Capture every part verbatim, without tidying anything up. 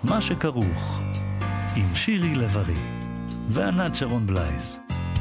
מה שכרוך, עם שירי לב-ארי וענת שרון בלייס.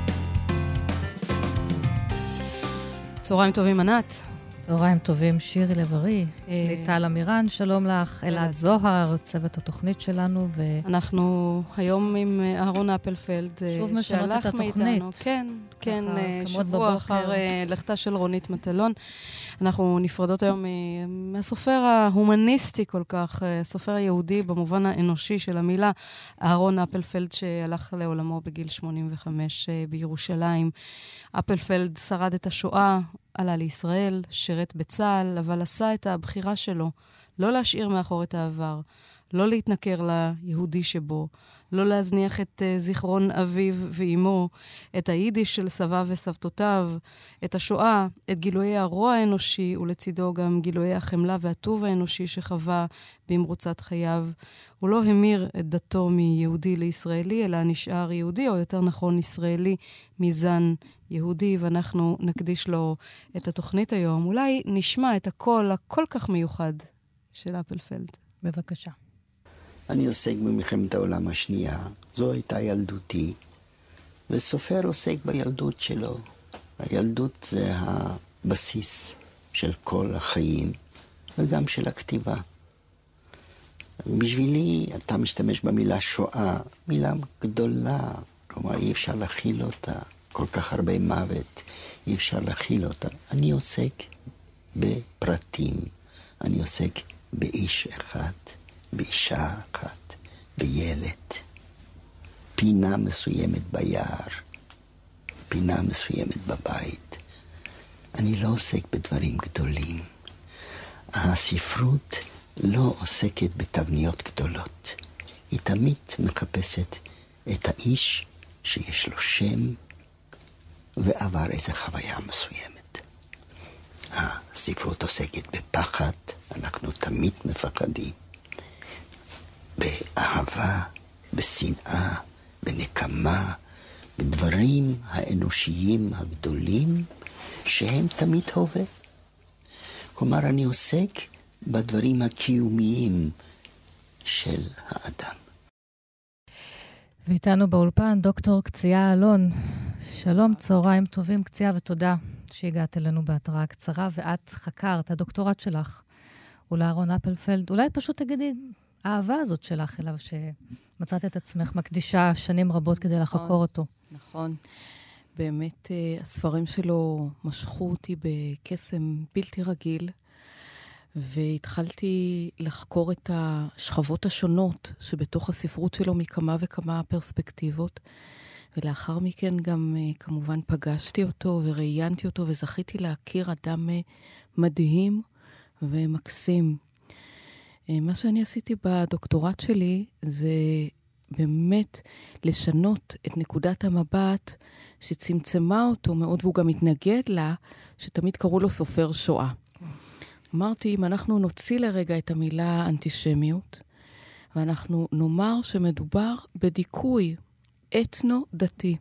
צהריים טובים, ענת. צהריים טובים, שירי לב-ארי, ליטל אמירן, שלום לך, אלעד זוהר, צוות התוכנית שלנו. אנחנו היום עם אהרון אפלפלד, שוב משנות את התוכנית. כן, כן, שבוע אחר לכתה של רונית מטלון. אנחנו נפרדות היום מהסופר ההומניסטי כל כך, הסופר היהודי במובן האנושי של המילה, אהרון אפלפלד, שהלך לעולמו בגיל שמונים וחמש בירושלים. אפלפלד שרד את השואה, עלה לישראל, שירת בצה"ל, אבל עשה את הבחירה שלו, לא להשאיר מאחור את העבר, לא להתנכר ליהודי שבו, לא להזניח את uh, זיכרון אביו ואימו, את היידיש של סביו וסבתותיו, את השואה, את גילויי הרוע האנושי, ולצידו גם גילויי החמלה והטוב האנושי שחווה במרוצת חייו. הוא לא המיר את דתו מיהודי לישראלי, אלא נשאר יהודי, או יותר נכון ישראלי מזן יהודי, ואנחנו נקדיש לו את התוכנית היום. אולי נשמע את הקול הכל כך מיוחד של אפלפלד. בבקשה. אני עוסק במלחמת העולם השנייה, זו הייתה ילדותי, וסופר עוסק בילדות שלו. הילדות זה הבסיס של כל החיים, וגם של הכתיבה. בשבילי, אתה משתמש במילה שואה, מילה גדולה, כלומר אי אפשר להכיל אותה, כל כך הרבה מוות, אי אפשר להכיל אותה. אני עוסק בפרטים, אני עוסק באיש אחד, באישה אחת, בילד, פינה מסוימת ביער, פינה מסוימת בבית. אני לא עוסק בדברים גדולים. הספרות לא עוסקת בתבניות גדולות. היא תמיד מחפשת את האיש שיש לו שם ועבר איזו חוויה מסוימת. הספרות עוסקת בפחד, אנחנו תמיד מפחדים. באהבה, בשנאה, בנקמה, בדברים האנושיים הגדולים שהם תמיד הווה. כלומר, אני עוסק בדברים הקיומיים של האדם. ואיתנו באולפן דוקטור קציעה אלון. שלום, צהריים טובים קציעה, ותודה שהגעת אלינו בהתראה קצרה, ואת חקרת, הדוקטורט שלך, אולי אהרון אפלפלד, אולי פשוט תגידי, האהבה הזאת שלך אליו, שמצאת את עצמך מקדישה שנים רבות כדי לחקור אותו. נכון. באמת, הספרים שלו משכו אותי בקסם בלתי רגיל, והתחלתי לחקור את השכבות השונות שבתוך הספרות שלו מכמה וכמה פרספקטיבות, ולאחר מכן גם כמובן פגשתי אותו וראיינתי אותו, וזכיתי להכיר אדם מדהים ומקסים. מה שאני עשיתי בדוקטורט שלי זה באמת לשנות את נקודת המבט שצמצמה אותו מאוד, והוא גם התנגד לה, שתמיד קראו לו סופר שואה. אמרתי, אם אנחנו נוציא לרגע את המילה אנטישמיות, ואנחנו נאמר שמדובר בדיכוי אתנו-דתי,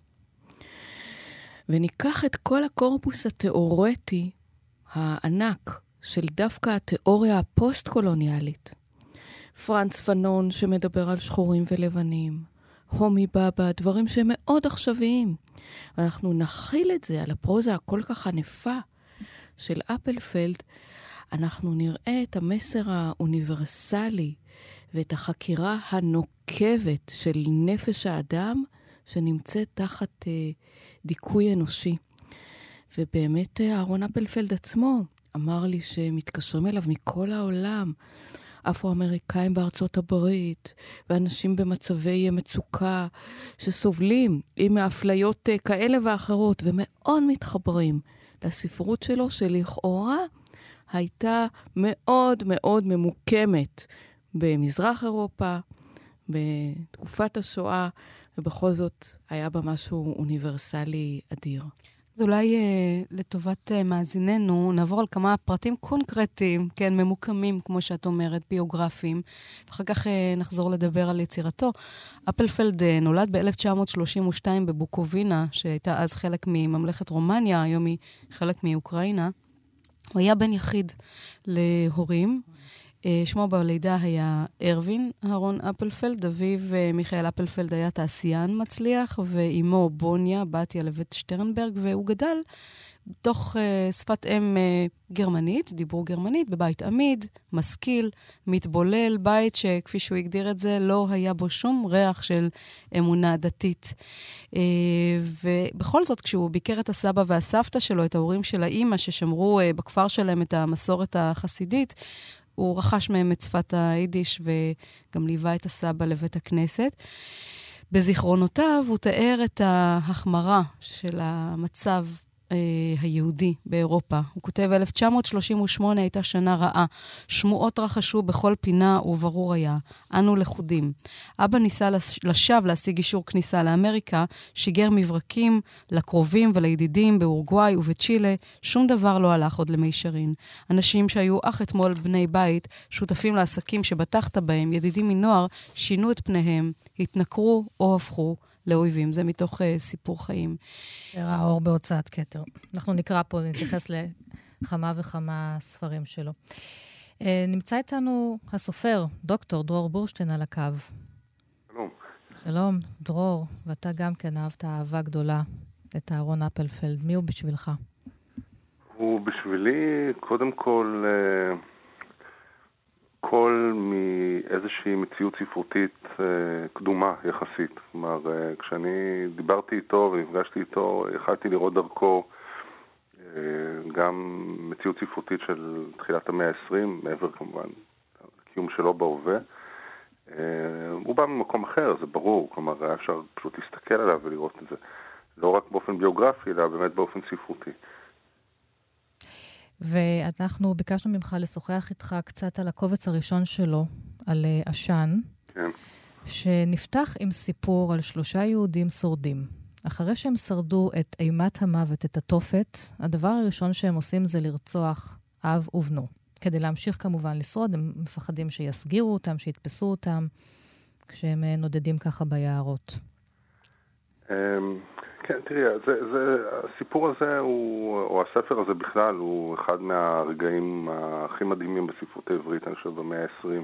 וניקח את כל הקורפוס התיאורטי הענק של דווקא התיאוריה הפוסט-קולוניאלית, פרנץ פנון שמדבר על שחורים ולבנים, הומי בבא, דברים שהם מאוד עכשוויים, ואנחנו נכיל את זה על הפרוזה הכל כך ענפה של אפלפלד, אנחנו נראה את המסר האוניברסלי ואת החקירה הנוקבת של נפש האדם שנמצאת תחת אה, דיכוי אנושי. ובאמת אהרון אפלפלד עצמו אמר לי שמתקשרים אליו מכל העולם, אפרו-אמריקאים בארצות הברית, ואנשים במצבי מצוקה שסובלים עם האפליות כאלה ואחרות, ומאוד מתחברים לספרות שלו, שלכאורה הייתה מאוד מאוד ממוקמת במזרח אירופה, בתקופת השואה, ובכל זאת היה בה משהו אוניברסלי אדיר. אז אולי אה, לטובת אה, מאזיננו, נעבור על כמה פרטים קונקרטיים, כן, ממוקמים, כמו שאת אומרת, ביוגרפיים, ואחר כך אה, נחזור לדבר על יצירתו. אפלפלד אה, נולד ב-אלף תשע מאות שלושים ושתיים בבוקובינה, שהייתה אז חלק מממלכת רומניה, היום היא חלק מאוקראינה. הוא היה בן יחיד להורים, שמו בלידה היה ארווין אהרון אפלפלד, אביו מיכאל אפלפלד היה תעשיין מצליח, ואימו בוניה, בתיה לבית שטרנברג, והוא גדל תוך uh, שפת אם uh, גרמנית, דיברו גרמנית, בבית עמיד, משכיל, מתבולל, בית שכפי שהוא הגדיר את זה, לא היה בו שום ריח של אמונה דתית. Uh, ובכל זאת, כשהוא ביקר את הסבא והסבתא שלו, את ההורים של האימא ששמרו uh, בכפר שלהם את המסורת החסידית, הוא רכש מהם את שפת היידיש וגם ליווה את הסבא לבית הכנסת. בזיכרונותיו הוא תיאר את ההחמרה של המצב היהודי באירופה. הוא כותב, אלף תשע מאות שלושים ושמונה הייתה שנה רעה. שמועות רחשו בכל פינה וברור היה. אנו לכודים. אבא ניסה לשווא להשיג אישור כניסה לאמריקה, שיגר מברקים לקרובים ולידידים באורוגוואי ובצ'ילה. שום דבר לא הלך עוד למישרין. אנשים שהיו אך אתמול בני בית, שותפים לעסקים שבטחת בהם, ידידים מנוער, שינו את פניהם, התנכרו או הפכו לאויבים. זה מתוך uh, סיפור חיים. הראה אור בהוצאת כתר. אנחנו נקרא פה, נתייחס לכמה וכמה ספרים שלו. Uh, נמצא איתנו הסופר, דוקטור דרור בורשטיין על הקו. שלום. שלום, דרור, ואתה גם כן אהבת אהבה גדולה את אהרון אפלפלד. מי הוא בשבילך? הוא בשבילי, קודם כל, uh... כל מאיזושהי מציאות ספרותית אה, קדומה יחסית. כלומר, אה, כשאני דיברתי איתו ונפגשתי איתו, יכלתי לראות דרכו אה, גם מציאות ספרותית של תחילת המאה ה-עשרים, מעבר כמובן, הקיום שלו בהווה. אה, הוא בא ממקום אחר, זה ברור. כלומר, היה אפשר פשוט להסתכל עליו ולראות את זה. לא רק באופן ביוגרפי, אלא באמת באופן ספרותי. ואנחנו ביקשנו ממך לשוחח איתך קצת על הקובץ הראשון שלו, על עשן, כן. שנפתח עם סיפור על שלושה יהודים שורדים. אחרי שהם שרדו את אימת המוות, את התופת, הדבר הראשון שהם עושים זה לרצוח אב ובנו. כדי להמשיך כמובן לשרוד, הם מפחדים שיסגירו אותם, שיתפסו אותם, כשהם נודדים ככה ביערות. כן, תראי, זה, זה, הסיפור הזה, הוא, או הספר הזה בכלל, הוא אחד מהרגעים הכי מדהימים בספרות העברית, אני חושב, במאה ה-עשרים.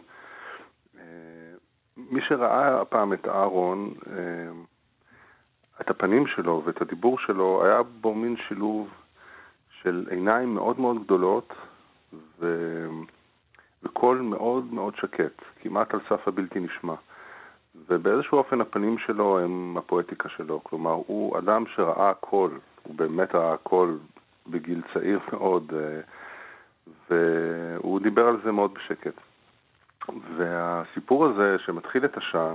מי שראה הפעם את אהרון, את הפנים שלו ואת הדיבור שלו, היה בו מין שילוב של עיניים מאוד מאוד גדולות, ו... וקול מאוד מאוד שקט, כמעט על סף הבלתי נשמע. ובאיזשהו אופן הפנים שלו הם הפואטיקה שלו. כלומר, הוא אדם שראה הכל, הוא באמת ראה הכל בגיל צעיר מאוד, והוא דיבר על זה מאוד בשקט. והסיפור הזה שמתחיל את עשן,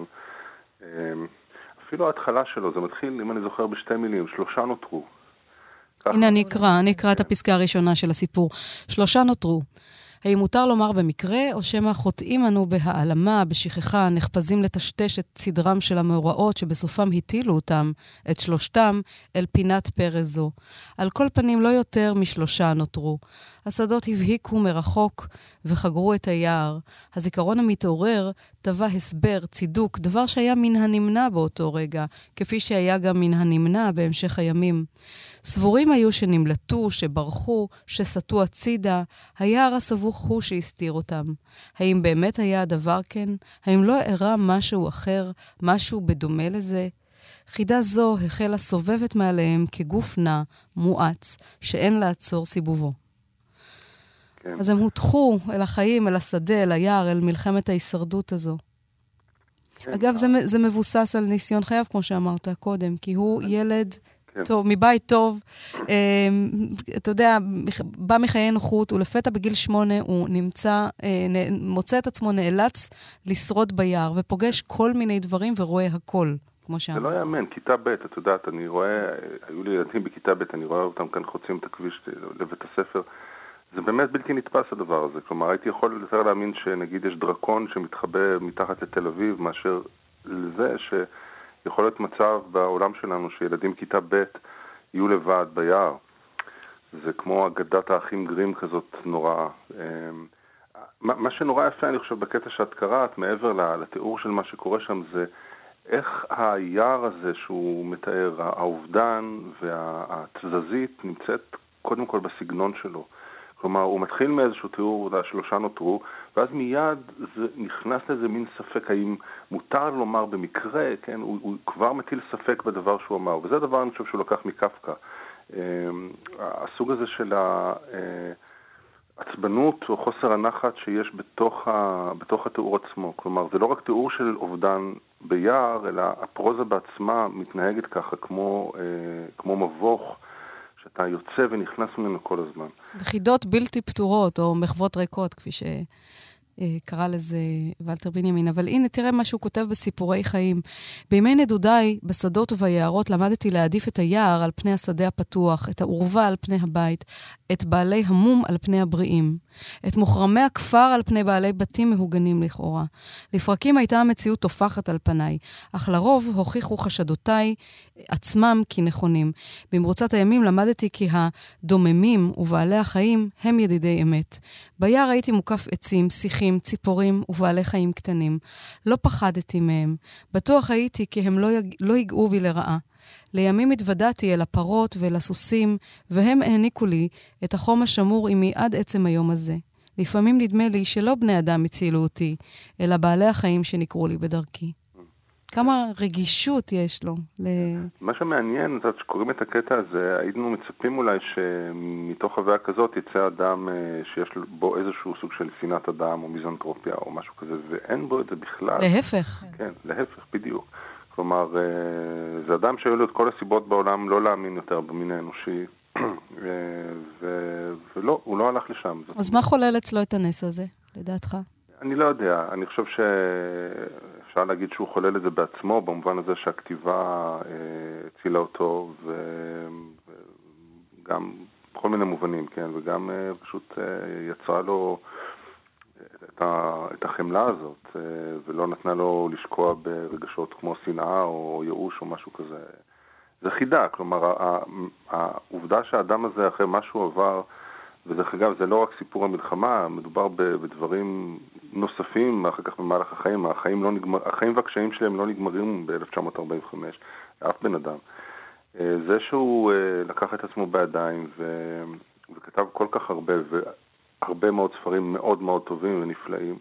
אפילו ההתחלה שלו, זה מתחיל, אם אני זוכר, בשתי מילים, שלושה נותרו. הנה אני אקרא, אני אקרא את הפסקה הראשונה של הסיפור. שלושה נותרו. האם מותר לומר במקרה, או שמה חוטאים אנו בהעלמה, בשכחה, נחפזים לטשטש את סדרם של המאורעות שבסופם הטילו אותם, את שלושתם, אל פינת פרז זו. על כל פנים לא יותר משלושה נותרו. השדות הבהיקו מרחוק וחגרו את היער. הזיכרון המתעורר טבע הסבר, צידוק, דבר שהיה מן הנמנע באותו רגע, כפי שהיה גם מן הנמנע בהמשך הימים. סבורים היו שנמלטו, שברחו, שסטו הצידה, היער הסבוך הוא שהסתיר אותם. האם באמת היה הדבר כן? האם לא הראה משהו אחר, משהו בדומה לזה? חידה זו החלה סובבת מעליהם כגוף נע, מואץ, שאין לעצור סיבובו. כן. אז הם הותחו אל החיים, אל השדה, אל היער, אל מלחמת ההישרדות הזו. כן. אגב, זה, זה מבוסס על ניסיון חייו, כמו שאמרת קודם, כי הוא ילד כן. טוב, מבית טוב, אה, אתה יודע, בא מחיי נוחות, ולפתע בגיל שמונה הוא נמצא, אה, נ, מוצא את עצמו נאלץ לשרוד ביער, ופוגש כל מיני דברים ורואה הכל. כמו שאמרת. זה לא יאמן, כיתה ב', את יודעת, אני רואה, היו לי ילדים בכיתה ב', אני רואה אותם כאן חוצים את הכביש לבית הספר, זה באמת בלתי נתפס הדבר הזה, כלומר, הייתי יכול יותר להאמין שנגיד יש דרקון שמתחבא מתחת לתל אביב, מאשר לזה שיכול להיות מצב בעולם שלנו שילדים כיתה ב' יהיו לבד ביער. זה כמו אגדת האחים גרים כזאת נוראה. מה שנורא יפה, אני חושב, בקטע שאת קראת, מעבר לתיאור של מה שקורה שם, זה איך היער הזה שהוא מתאר, האובדן והתזזית נמצאת קודם כל בסגנון שלו. כלומר, הוא מתחיל מאיזשהו תיאור, שלושה נותרו, ואז מיד זה נכנס לזה מין ספק, האם מותר לומר במקרה, כן? הוא, הוא כבר מטיל ספק בדבר שהוא אמר, וזה דבר אני חושב שהוא לקח מקפקא. הסוג הזה של העצבנות או חוסר הנחת שיש בתוך, ה, בתוך התיאור עצמו. כלומר, זה לא רק תיאור של אובדן ביער, אלא הפרוזה בעצמה מתנהגת ככה, כמו, כמו מבוך, שאתה יוצא ונכנס ממנו כל הזמן. בחידות בלתי פתורות, או מחוות ריקות, כפי שקרא לזה ולטר בנימין. אבל הנה, תראה מה שהוא כותב בסיפורי חיים. בימי נדודיי, בשדות וביערות, למדתי להעדיף את היער על פני השדה הפתוח, את העורבה על פני הבית, את בעלי המום על פני הבריאים, את מוחרמי הכפר על פני בעלי בתים מהוגנים לכאורה. לפרקים הייתה המציאות תופחת על פניי, אך לרוב הוכיחו חשדותיי עצמם כנכונים. במרוצת הימים למדתי כי הדוממים ובעלי החיים הם ידידי אמת. ביער הייתי מוקף עצים, שיחים, ציפורים ובעלי חיים קטנים. לא פחדתי מהם. בטוח הייתי כי הם לא, יג... לא יגעו בי לרעה. לימים התוודעתי אל הפרות ואל הסוסים, והם העניקו לי את החום השמור עמי עד עצם היום הזה. לפעמים נדמה לי שלא בני אדם הצילו אותי, אלא בעלי החיים שנקראו לי בדרכי. כמה רגישות יש לו. ל... מה שמעניין, זאת שקוראים את הקטע הזה, היינו מצפים אולי שמתוך חוויה כזאת יצא אדם שיש בו איזשהו סוג של שנאת אדם או מיזנטרופיה או משהו כזה, ואין בו את זה בכלל. להפך. כן, להפך, בדיוק. כלומר, זה אדם שהיו לו את כל הסיבות בעולם לא להאמין יותר במין האנושי, ו- ולא, הוא לא הלך לשם. אז מה חולל אצלו את הנס הזה, לדעתך? אני לא יודע. אני חושב שאפשר להגיד שהוא חולל את זה בעצמו, במובן הזה שהכתיבה הצילה אותו, וגם בכל מיני מובנים, כן, וגם פשוט יצרה לו את, ה- את החמלה הזאת, ולא נתנה לו לשקוע ברגשות כמו שנאה או ייאוש או משהו כזה. זה חידה, כלומר, העובדה שהאדם הזה אחרי משהו עבר, ודרך אגב, זה לא רק סיפור המלחמה, מדובר בדברים נוספים, אחר כך במהלך החיים, החיים, לא נגמר, החיים והקשיים שלהם לא נגמרים ב-אלף תשע מאות ארבעים וחמש, אף בן אדם. זה שהוא לקח את עצמו בידיים ו... וכתב כל כך הרבה, והרבה מאוד ספרים מאוד מאוד טובים ונפלאים,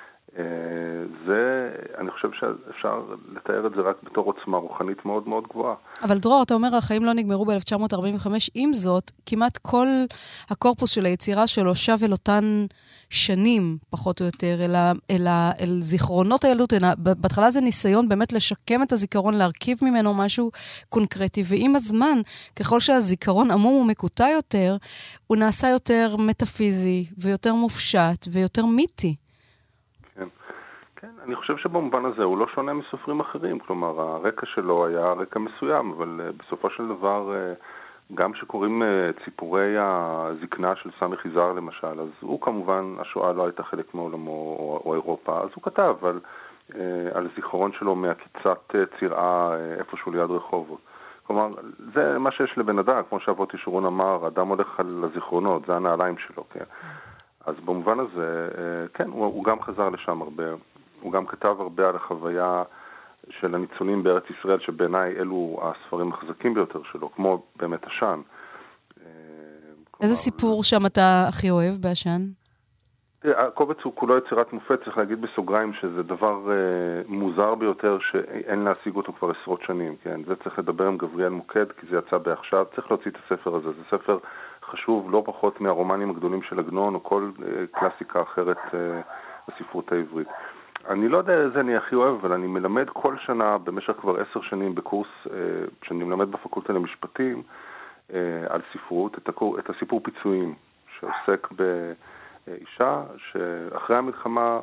זה, אני חושב שאפשר לתאר את זה רק בתור עוצמה רוחנית מאוד מאוד גבוהה. אבל דרור, אתה אומר, החיים לא נגמרו ב-אלף תשע מאות ארבעים וחמש, עם זאת, כמעט כל הקורפוס של היצירה שלו שב אל אותן שנים, פחות או יותר, אל, אל, אל זיכרונות הילדות. בהתחלה זה ניסיון באמת לשקם את הזיכרון, להרכיב ממנו משהו קונקרטי, ועם הזמן, ככל שהזיכרון עמום ומקוטע יותר, הוא נעשה יותר מטאפיזי, ויותר מופשט, ויותר מיתי. כן, אני חושב שבמובן הזה הוא לא שונה מסופרים אחרים, כלומר הרקע שלו היה רקע מסוים, אבל בסופו של דבר גם שקוראים ציפורי הזקנה של סמי חיזר למשל, אז הוא כמובן, השואה לא הייתה חלק מעולמו או, או אירופה, אז הוא כתב על, על זיכרון שלו מהקיצת צירה איפשהו ליד רחובות. כלומר, זה מה שיש לבן אדם, כמו שאבות ישורון אמר, אדם הולך על הזיכרונות, זה הנעליים שלו, כן. אז במובן הזה, כן, הוא, הוא גם חזר לשם הרבה. הוא גם כתב הרבה על החוויה של הניצולים בארץ ישראל, שבעיניי אלו הספרים החזקים ביותר שלו, כמו באמת עשן. איזה סיפור שם אתה הכי אוהב בעשן? הקובץ הוא כולו יצירת מופת, צריך להגיד בסוגריים שזה דבר מוזר ביותר שאין להשיג אותו כבר עשרות שנים, כן? זה צריך לדבר עם גבריאל מוקד, כי זה יצא בעכשיו, צריך להוציא את הספר הזה. זה ספר חשוב לא פחות מהרומנים הגדולים של עגנון, או כל קלאסיקה אחרת בספרות העברית. אני לא יודע איזה אני הכי אוהב, אבל אני מלמד כל שנה, במשך כבר עשר שנים בקורס, שאני מלמד בפקולטה למשפטים, על ספרות, את, הקור... את הסיפור פיצויים, שעוסק באישה שאחרי המלחמה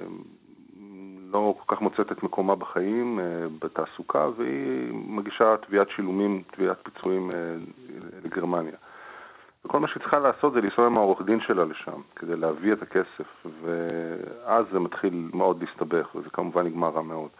לא כל כך מוצאת את מקומה בחיים, בתעסוקה, והיא מגישה תביעת שילומים, תביעת פיצויים לגרמניה. וכל מה שהיא צריכה לעשות זה לנסוע עם העורך דין שלה לשם, כדי להביא את הכסף, ואז זה מתחיל מאוד להסתבך, וזה כמובן נגמר רע מאוד.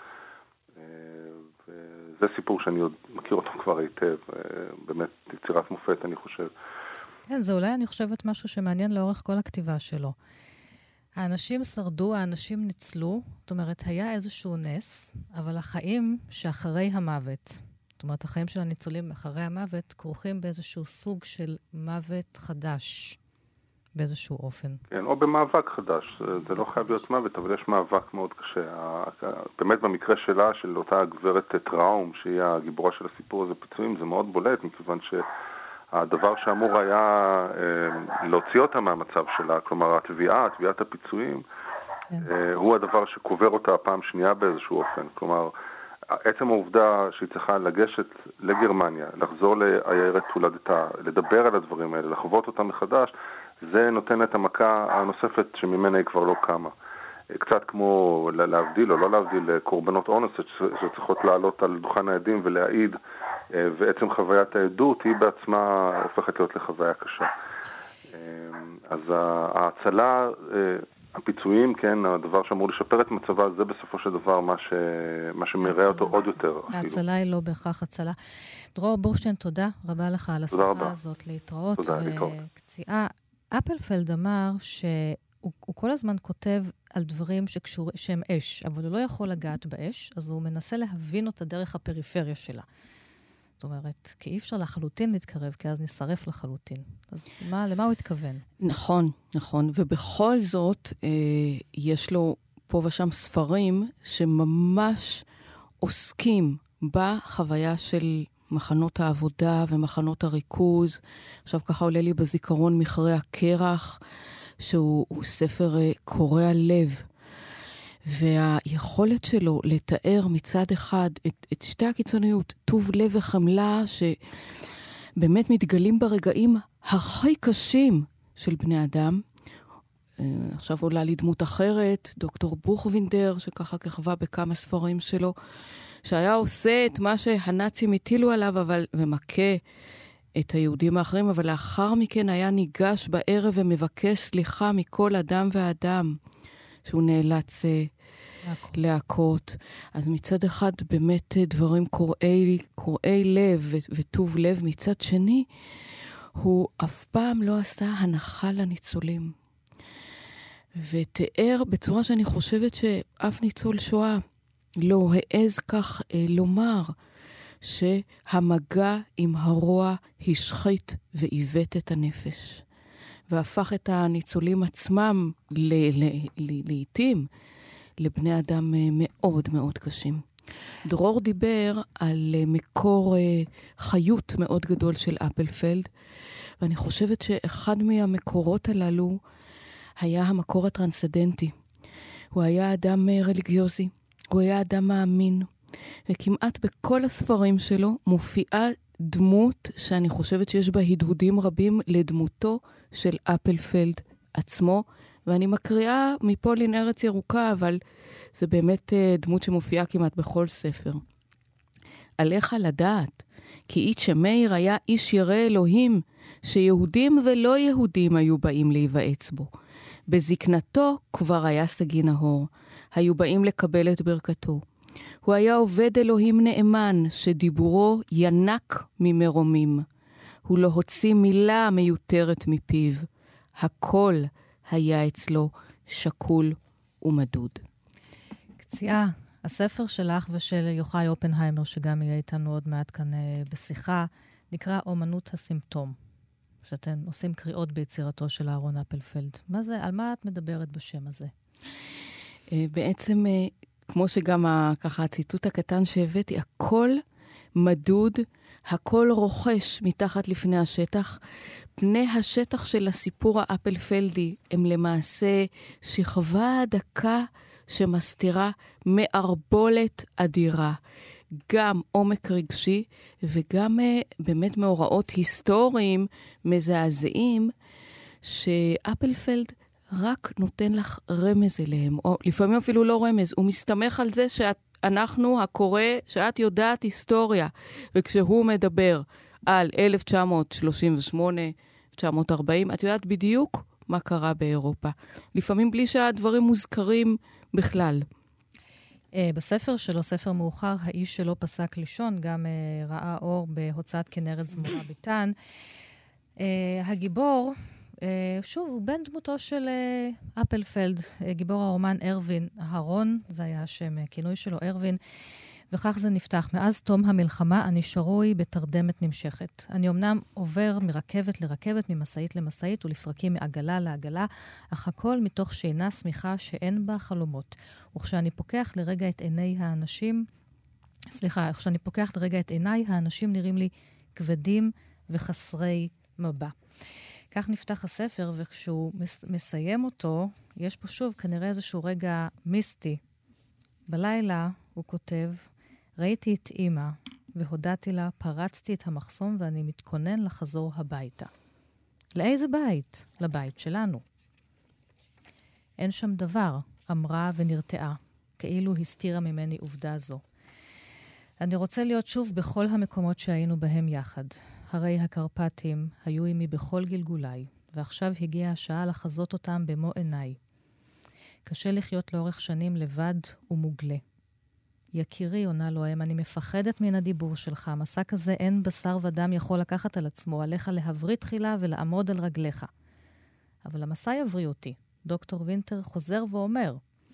וזה סיפור שאני עוד מכיר אותו כבר היטב, באמת יצירת מופת, אני חושב. כן, זה אולי אני חושבת משהו שמעניין לאורך כל הכתיבה שלו. האנשים שרדו, האנשים ניצלו, זאת אומרת, היה איזשהו נס, אבל החיים שאחרי המוות, זאת אומרת, החיים של הניצולים אחרי המוות כרוכים באיזשהו סוג של מוות חדש, באיזשהו אופן. כן, או במאבק חדש. זה לא חייב להיות מוות, אבל יש מאבק מאוד קשה. באמת במקרה שלה, של אותה גברת טראום, שהיא הגיבורה של הסיפור הזה, פיצויים, זה מאוד בולט, מכיוון שהדבר שאמור היה להוציא אותה מהמצב שלה, כלומר התביעה, תביעת הפיצויים, הוא הדבר שקובר אותה פעם שנייה באיזשהו אופן. כלומר, עצם העובדה שהיא צריכה לגשת לגרמניה, לחזור לעיירת הולדתה, לדבר על הדברים האלה, לחוות אותם מחדש, זה נותן את המכה הנוספת שממנה היא כבר לא קמה. קצת כמו להבדיל או לא להבדיל קורבנות אונס שצריכות לעלות על דוכן העדים ולהעיד, ועצם חוויית העדות היא בעצמה הופכת להיות לחוויה קשה. אז ההצלה, הפיצויים, כן, הדבר שאמור לשפר את מצבה, זה בסופו של דבר מה, ש... מה שמראה אותו עוד יותר. ההצלה היא לא בהכרח הצלה. דרור בורשטיין, תודה רבה לך על השיחה הזאת, להתראות. תודה, להתראות. וקציעה. אפלפלד אמר שהוא כל הזמן כותב על דברים שקשור, שהם אש, אבל הוא לא יכול לגעת באש, אז הוא מנסה להבין אותה דרך הפריפריה שלה. זאת אומרת, כי אי אפשר לחלוטין להתקרב, כי אז נשרף לחלוטין. אז מה, למה הוא התכוון? נכון, נכון. ובכל זאת, אה, יש לו פה ושם ספרים שממש עוסקים בחוויה של מחנות העבודה ומחנות הריכוז. עכשיו ככה עולה לי בזיכרון מכרה הקרח, שהוא ספר אה, קורע לב. והיכולת שלו לתאר מצד אחד את, את שתי הקיצוניות, טוב לב וחמלה, שבאמת מתגלים ברגעים הכי קשים של בני אדם. עכשיו עולה לי דמות אחרת, דוקטור בוכווינדר, שככה כחווה בכמה ספרים שלו, שהיה עושה את מה שהנאצים הטילו עליו, אבל, ומכה את היהודים האחרים, אבל לאחר מכן היה ניגש בערב ומבקש סליחה מכל אדם ואדם, שהוא נאלץ להכות. אז מצד אחד באמת דברים קוראי, קוראי לב וטוב לב, מצד שני הוא אף פעם לא עשה הנחה לניצולים. ותיאר בצורה שאני חושבת שאף ניצול שואה לא העז כך אה, לומר שהמגע עם הרוע השחית ועיוות את הנפש. והפך את הניצולים עצמם ל- ל- ל- לעתים לבני אדם מאוד מאוד קשים. דרור דיבר על מקור חיות מאוד גדול של אפלפלד, ואני חושבת שאחד מהמקורות הללו היה המקור הטרנסדנטי. הוא היה אדם רליגיוזי, הוא היה אדם מאמין, וכמעט בכל הספרים שלו מופיעה דמות שאני חושבת שיש בה הדהודים רבים לדמותו של אפלפלד עצמו, ואני מקריאה מפולין ארץ ירוקה, אבל זה באמת דמות שמופיעה כמעט בכל ספר. עליך לדעת, כי איש שמאיר היה איש ירא אלוהים, שיהודים ולא יהודים היו באים להיוועץ בו. בזקנתו כבר היה סגי נהור, היו באים לקבל את ברכתו. הוא היה עובד אלוהים נאמן, שדיבורו ינק ממרומים. הוא לא הוציא מילה מיותרת מפיו. הכל היה אצלו שקול ומדוד. קציעה, הספר שלך ושל יוחאי אופנהיימר, שגם יהיה איתנו עוד מעט כאן בשיחה, נקרא אומנות הסימפטום. שאתם עושים קריאות ביצירתו של אהרון אפלפלד. מה זה? על מה את מדברת בשם הזה? בעצם, כמו שגם ככה הציטוט הקטן שהבאתי, הכל מדוד, הכל רוכש מתחת לפני השטח. פני השטח של הסיפור האפלפלדי הם למעשה שכבה דקה שמסתירה מערבולת אדירה. גם עומק רגשי וגם באמת מאורעות היסטוריים מזעזעים שאפלפלד רק נותן לך רמז אליהם, או לפעמים אפילו לא רמז, הוא מסתמך על זה שאנחנו הקורא, שאת יודעת היסטוריה, וכשהוא מדבר על אלף תשע מאות שלושים ושמונה, אלף תשע מאות ארבעים, את יודעת בדיוק מה קרה באירופה. לפעמים בלי שהדברים מוזכרים בכלל. בספר שלו, ספר מאוחר, האיש שלא פסק לישון, גם ראה אור בהוצאת כנרת זמורה ביטן. הגיבור, שוב, הוא בן דמותו של אפלפלד, גיבור הרומן ארווין הרון, זה היה השם, כינוי שלו ארווין, וכך זה נפתח. מאז תום המלחמה אני שרוי בתרדמת נמשכת. אני אמנם עובר מרכבת לרכבת, ממסעית למסעית, ולפרקים מעגלה לעגלה, אך הכל מתוך שינה סמיכה שאין בה חלומות. וכשאני פוקח לרגע את עיני האנשים, סליחה, כשאני פוקח לרגע את עיניי, האנשים נראים לי כבדים וחסרי מבע. כך נפתח הספר, וכשהוא מס- מסיים אותו, יש פה שוב כנראה איזשהו רגע מיסטי. בלילה, הוא כותב, ראיתי את אמא, והודעתי לה, פרצתי את המחסום ואני מתכונן לחזור הביתה. לאיזה בית? לבית שלנו. אין שם דבר, אמרה ונרתעה, כאילו הסתירה ממני עובדה זו. אני רוצה להיות שוב בכל המקומות שהיינו בהם יחד. הרי הקרפטים היו עימי בכל גלגוליי, ועכשיו הגיעה השעה לחזות אותם במו עיניי. קשה לחיות לאורך שנים לבד ומוגלה. יקירי, עונה לו הם, אני מפחדת מן הדיבור שלך. מסע כזה אין בשר ודם יכול לקחת על עצמו, עליך להבריא תחילה ולעמוד על רגליך. אבל המסע יבריא אותי. דוקטור וינטר חוזר ואומר,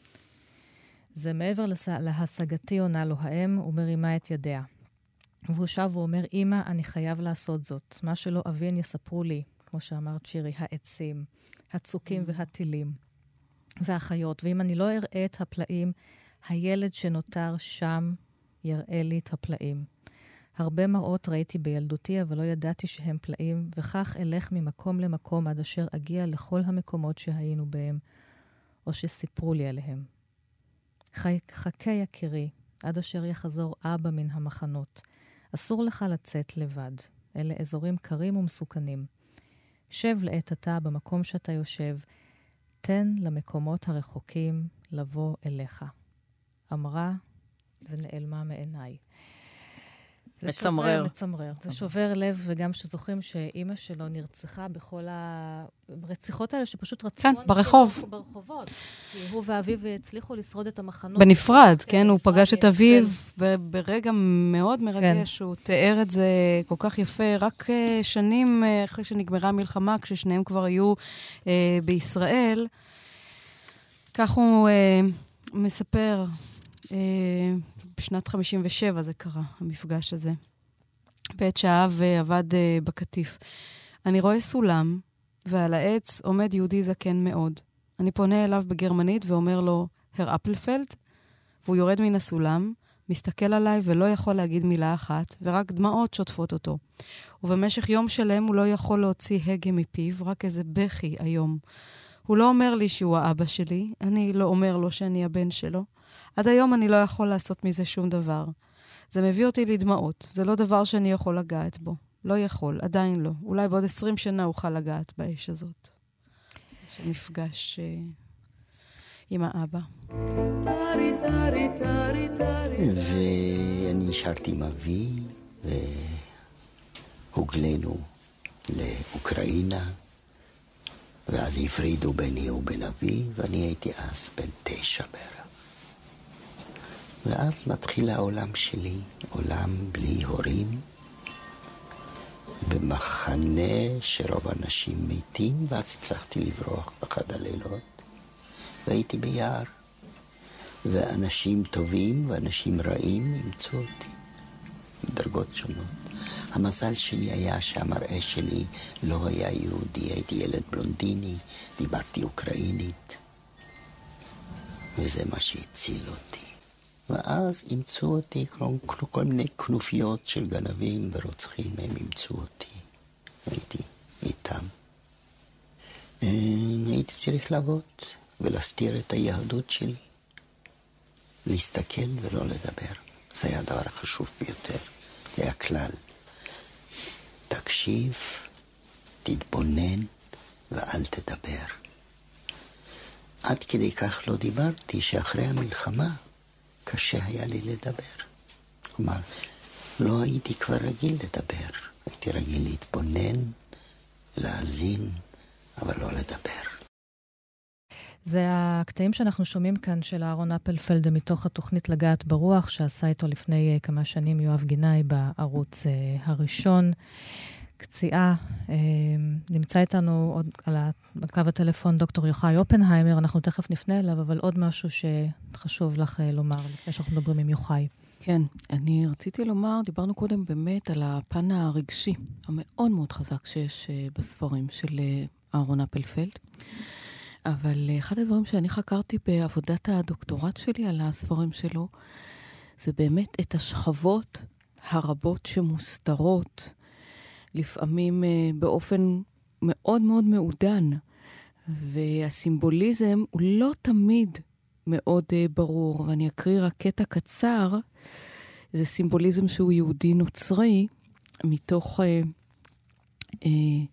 זה מעבר לס... להשגתי, עונה לו האם, ומרימה את ידיה. והוא שב ואומר, אמא, אני חייב לעשות זאת. מה שלא אבין יספרו לי, כמו שאמרת שירי, העצים, הצוקים והטילים, והחיות. ואם אני לא אראה את הפלאים, הילד שנותר שם יראה לי את הפלאים. הרבה מראות ראיתי בילדותי, אבל לא ידעתי שהם פלאים, וכך אלך ממקום למקום עד אשר אגיע לכל המקומות שהיינו בהם, או שסיפרו לי עליהם. חכה יקירי, עד אשר יחזור אבא מן המחנות. אסור לך לצאת לבד. אלה אזורים קרים ומסוכנים. שב לעת עתה במקום שאתה יושב, תן למקומות הרחוקים לבוא אליך. אמרה ונעלמה מעיניי. מצמרר. מצמרר. זה שובר לב, וגם שזוכרים שאימא שלו נרצחה בכל הרציחות האלה, שפשוט רצחו... כן, ברחוב. ברחובות. כי הוא ואביו הצליחו לשרוד את המחנות. בנפרד, כן, הוא פגש את אביו ברגע מאוד מרגש, הוא תיאר את זה כל כך יפה, רק שנים אחרי שנגמרה המלחמה, כששניהם כבר היו בישראל, כך הוא מספר... בשנת חמישים ושבע זה קרה, המפגש הזה. בעת שאהב עבד בקטיף. אני רואה סולם, ועל העץ עומד יהודי זקן מאוד. אני פונה אליו בגרמנית ואומר לו, הר אפלפלד, והוא יורד מן הסולם, מסתכל עליי ולא יכול להגיד מילה אחת, ורק דמעות שוטפות אותו. ובמשך יום שלם הוא לא יכול להוציא הגה מפיו, רק איזה בכי היום. הוא לא אומר לי שהוא האבא שלי, אני לא אומר לו שאני הבן שלו. עד היום אני לא יכול לעשות מזה שום דבר. זה מביא אותי לדמעות. זה לא דבר שאני יכול לגעת בו. לא יכול, עדיין לא. אולי בעוד עשרים שנה אוכל לגעת באש הזאת. יש מפגש אה, עם האבא. ואני נשארתי עם אבי, והוגלנו לאוקראינה, ואז הפרידו ביני ובין אבי, ואני הייתי אז בן תשע בערך. ואז מתחיל העולם שלי, עולם בלי הורים, במחנה שרוב האנשים מתים, ואז הצלחתי לברוח באחד הלילות, והייתי ביער, ואנשים טובים ואנשים רעים ימצאו אותי, בדרגות שונות. המזל שלי היה שהמראה שלי לא היה יהודי, הייתי ילד בלונדיני, דיברתי אוקראינית, וזה מה שהציל אותי. ואז ימצאו אותי, כל, כל מיני כנופיות של גנבים ורוצחים, הם ימצאו אותי. הייתי איתם. הייתי צריך לעבוד ולהסתיר את היהדות שלי. להסתכל ולא לדבר. זה היה הדבר החשוב ביותר. זה היה כלל. תקשיב, תתבונן ואל תדבר. עד כדי כך לא דיברתי שאחרי המלחמה קשה היה לי לדבר. כלומר, לא הייתי כבר רגיל לדבר. הייתי רגיל להתבונן, להאזין, אבל לא לדבר. זה הקטעים שאנחנו שומעים כאן של אהרון אפלפלד מתוך התוכנית לגעת ברוח, שעשה איתו לפני כמה שנים יואב גינאי בערוץ הראשון. קציעה, נמצא איתנו עוד על קו הטלפון דוקטור יוחאי אופנהיימר, אנחנו תכף נפנה אליו, אבל עוד משהו שחשוב לך לומר, לפני שאנחנו מדברים עם יוחאי. כן, אני רציתי לומר, דיברנו קודם באמת על הפן הרגשי, המאוד מאוד חזק שיש בספרים של אהרון אפלפלד. אבל אחד הדברים שאני חקרתי בעבודת הדוקטורט שלי על הספרים שלו, זה באמת את השכבות הרבות שמוסתרות, לפעמים באופן מאוד מאוד מעודן, והסימבוליזם הוא לא תמיד מאוד ברור, ואני אקריא רק קטע קצר, זה סימבוליזם שהוא יהודי נוצרי, מתוך אה, אה,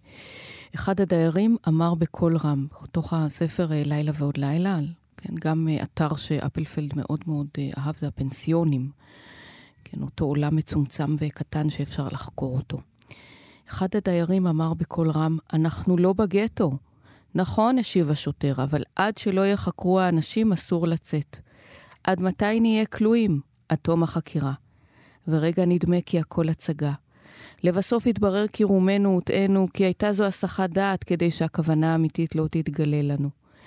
אחד הדיירים אמר בקול רם, בתוך הספר אה, לילה ועוד לילה, כן, גם אה, אתר שאפלפלד מאוד מאוד אה, אהב, זה הפנסיונים, כן, אותו עולם מצומצם וקטן שאפשר לחקור אותו. אחד הדיירים אמר בקול רם, אנחנו לא בגטו. נכון, השיב השוטר, אבל עד שלא יחקרו האנשים אסור לצאת. עד מתי נהיה כלואים? עד תום החקירה. ורגע נדמה כי הכל הצגה. לבסוף התברר כי רומנו וטענו, כי הייתה זו הסחת דעת כדי שהכוונה האמיתית לא תתגלה לנו.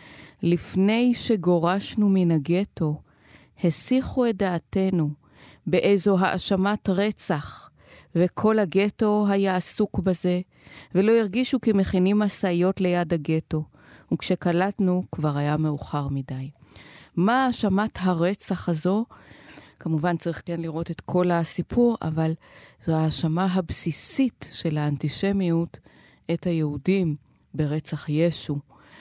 לפני שגורשנו מן הגטו, הסיחו את דעתנו באיזו האשמת רצח, וכל הגטו היה עסוק בזה, ולא הרגישו כי מכינים מסעיות ליד הגטו, וכשקלטנו כבר היה מאוחר מדי. מה האשמת הרצח הזו? כמובן צריך כן לראות את כל הסיפור, אבל זו האשמה הבסיסית של האנטישמיות את היהודים ברצח ישו.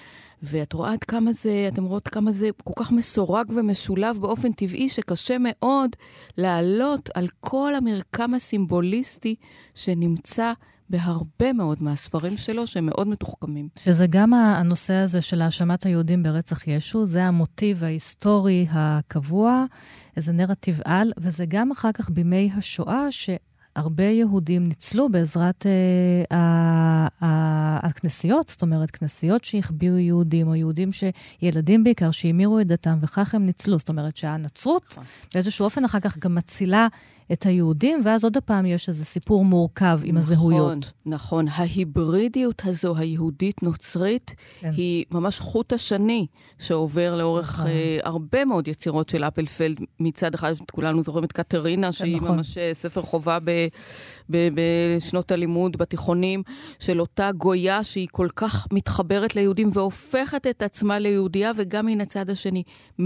ואת רואה עד כמה זה, אתם רואות כמה זה כל כך מסורג ומשולב באופן טבעי, שקשה מאוד לעלות על כל המרקם הסימבוליסטי שנמצא בהרבה מאוד מהספרים שלו, שהם מאוד מתוחכמים. שזה גם הנושא הזה של האשמת היהודים ברצח ישו, זה המוטיב ההיסטורי הקבוע, איזה נרטיב על, וזה גם אחר כך בימי השואה, שהרבה יהודים ניצלו בעזרת אה, אה, אה, הכנסיות, זאת אומרת, כנסיות שהחביאו יהודים, או יהודים שילדים בעיקר, שהמירו את דתם, וכך הם ניצלו. זאת אומרת שהנצרות, באיזשהו אופן אחר כך גם מצילה את היהודים, ואז עוד הפעם יש איזה סיפור מורכב עם הזהויות. נכון, נכון. ההיברידיות הזו, היהודית-נוצרית, כן. היא ממש חוט השני שעובר לאורך נכון. אה, הרבה מאוד יצירות של אפלפלד. מצד אחד, כולנו זוכרים את קטרינה, כן, שהיא נכון. ממש ספר חובה ב, ב, בשנות הלימוד, בתיכונים, של אותה גויה שהיא כל כך מתחברת ליהודים, והופכת את עצמה ליהודיה, וגם מן הצד השני,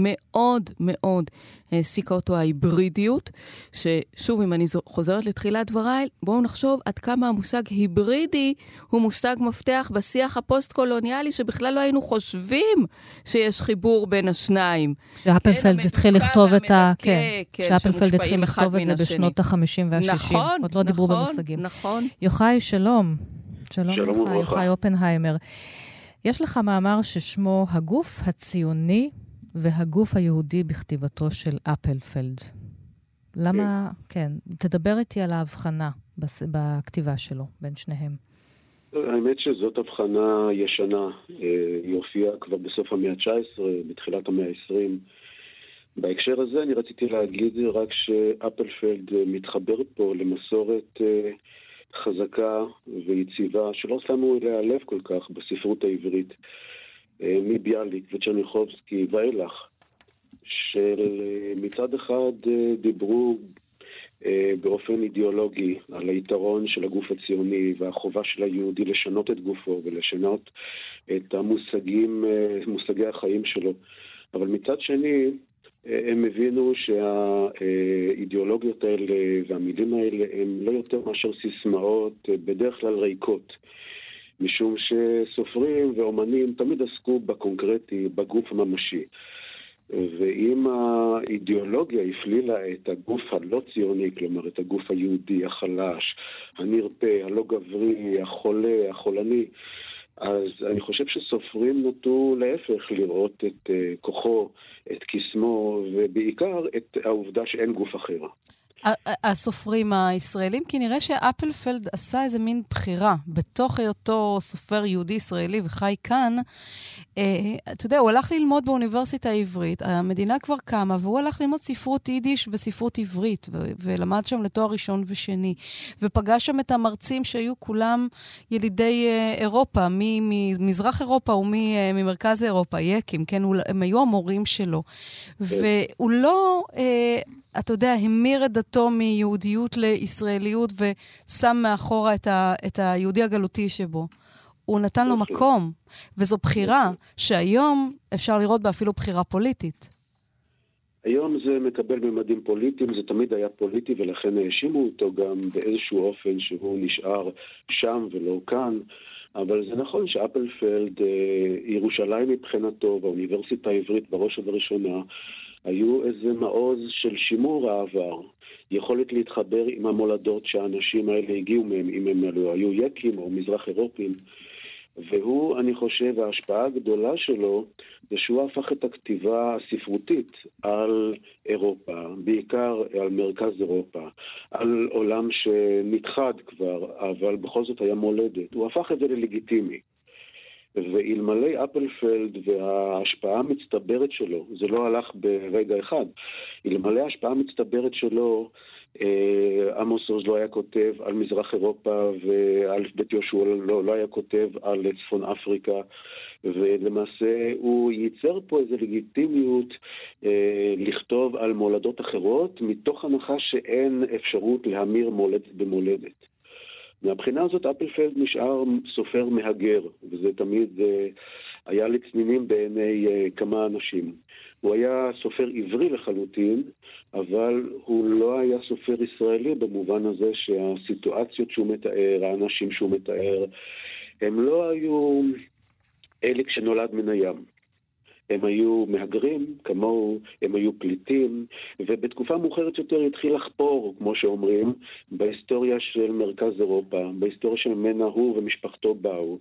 מאוד מאוד העסיקה אותו ההיברידיות, ששוב, אם אני חוזרת לתחילת דבריי, בואו נחשוב עד כמה המושג היברידי הוא מושג מפתח בשיח הפוסט-קולוניאלי, שבכלל לא היינו חושבים שיש חיבור בין השניים. שאפלפלד התחיל לכתוב את ה... כן, שאפלפלד התחיל לכתוב את זה בשנות ה-חמישים וה-שישים. נכון, עוד לא דיברו במושגים. נכון. יוחאי, שלום. שלום לך, יוחאי אופנהיימר. יש לך מאמר ששמו הגוף הציוני והגוף היהודי בכתיבתו של אפלפלד. למה, כן, תדבר איתי על ההבחנה בכתיבה שלו, בין שניהם. האמת שזאת הבחנה ישנה. היא הופיעה כבר בסוף המאה ה-תשע עשרה, בתחילת המאה ה-עשרים. בהקשר הזה אני רציתי להגיד רק שאפלפלד מתחבר פה למסורת חזקה ויציבה, שלא שמו אליה לב כל כך בספרות העברית, מביאליק וצ'רניחובסקי ואילך, של מצד אחד דיברו באופן אידיאולוגי על היתרון של הגוף הציוני והחובה של היהודי לשנות את גופו ולשנות את המושגים, מושגי החיים שלו. אבל מצד שני, הם הבינו שהאידיאולוגיות האלה והמילים האלה הם לא יותר מאשר סיסמאות, בדרך כלל ריקות. משום שסופרים ואומנים תמיד עסקו בקונקרטי, בגוף הממשי. ואם האידיאולוגיה הפלילה את הגוף הלא ציוני, כלומר את הגוף היהודי, החלש, הנרפה, הלא גברי, החולה, החולני, אז אני חושב שסופרים נוטו להפך לראות את כוחו, את קסמו, ובעיקר את העובדה שאין גוף אחר. הסופרים הישראלים, כי נראה שאפלפלד עשה איזה מין בחירה בתוך היותו סופר יהודי-ישראלי וחי כאן. אה, אתה יודע, הוא הלך ללמוד באוניברסיטה העברית, המדינה כבר קמה, והוא הלך ללמוד ספרות יידיש וספרות עברית, ו- ולמד שם לתואר ראשון ושני, ופגש שם את המרצים שהיו כולם ילידי אה, אירופה, ממזרח אירופה וממרכז אירופה, יקים, כן, הם היו המורים שלו. והוא לא... אה, אתה יודע, המיר את דתו מיהודיות לישראליות ושם מאחורה את, ה, את היהודי הגלותי שבו. הוא נתן לו מקום, וזו בחירה שהיום אפשר לראות בה אפילו בחירה פוליטית. היום זה מקבל ממדים פוליטיים, זה תמיד היה פוליטי, ולכן האשימו אותו גם באיזשהו אופן שהוא נשאר שם ולא כאן. אבל זה נכון שאפלפלד, ירושלים מבחינתו, והאוניברסיטה העברית בראש ובראשונה, היו איזה מעוז של שימור העבר, יכולת להתחבר עם המולדות שהאנשים האלה הגיעו מהם, אם הם היו יקים או מזרח אירופים. והוא, אני חושב, ההשפעה הגדולה שלו, זה שהוא הפך את הכתיבה הספרותית על אירופה, בעיקר על מרכז אירופה, על עולם שנתחד כבר, אבל בכל זאת היה מולדת. הוא הפך את זה ללגיטימי. ואלמלא אפלפלד וההשפעה המצטברת שלו, זה לא הלך ברגע אחד, אלמלא ההשפעה המצטברת שלו, עמוס עוז לא היה כותב על מזרח אירופה, ואלף בית יהושע לא, לא היה כותב על צפון אפריקה, ולמעשה הוא ייצר פה איזו לגיטימיות אה, לכתוב על מולדות אחרות, מתוך הנחה שאין אפשרות להמיר מולדת במולדת. מהבחינה הזאת אפלפלד נשאר סופר מהגר, וזה תמיד אה, היה לצנינים בעיני אה, כמה אנשים. הוא היה סופר עברי לחלוטין, אבל הוא לא היה סופר ישראלי במובן הזה שהסיטואציות שהוא מתאר, האנשים שהוא מתאר, הם לא היו אלה כשנולד מן הים. הם היו מהגרים, כמוהו, הם היו פליטים, ובתקופה מאוחרת יותר התחיל לחפור, כמו שאומרים, בהיסטוריה של מרכז אירופה, בהיסטוריה שממנה הוא ומשפחתו באו,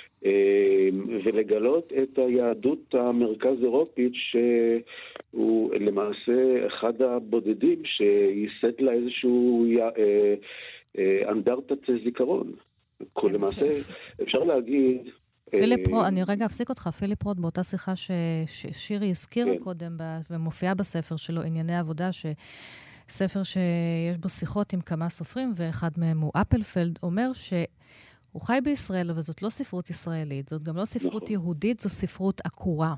ולגלות את היהדות המרכז אירופית שהוא למעשה אחד הבודדים שייסד לה איזשהו אנדרטת זיכרון. למעשה אפשר להגיד... פיליפ רוד, אני רגע אפסיק אותך, פיליפ רוד באותה שיחה ששירי הזכירה קודם ומופיעה בספר שלו, ענייני עבודה, ספר שיש בו שיחות עם כמה סופרים, ואחד מהם הוא אפלפלד, אומר ש... הוא חי בישראל, אבל זאת לא ספרות ישראלית, זאת גם לא ספרות נכון. יהודית, זו ספרות עקורה.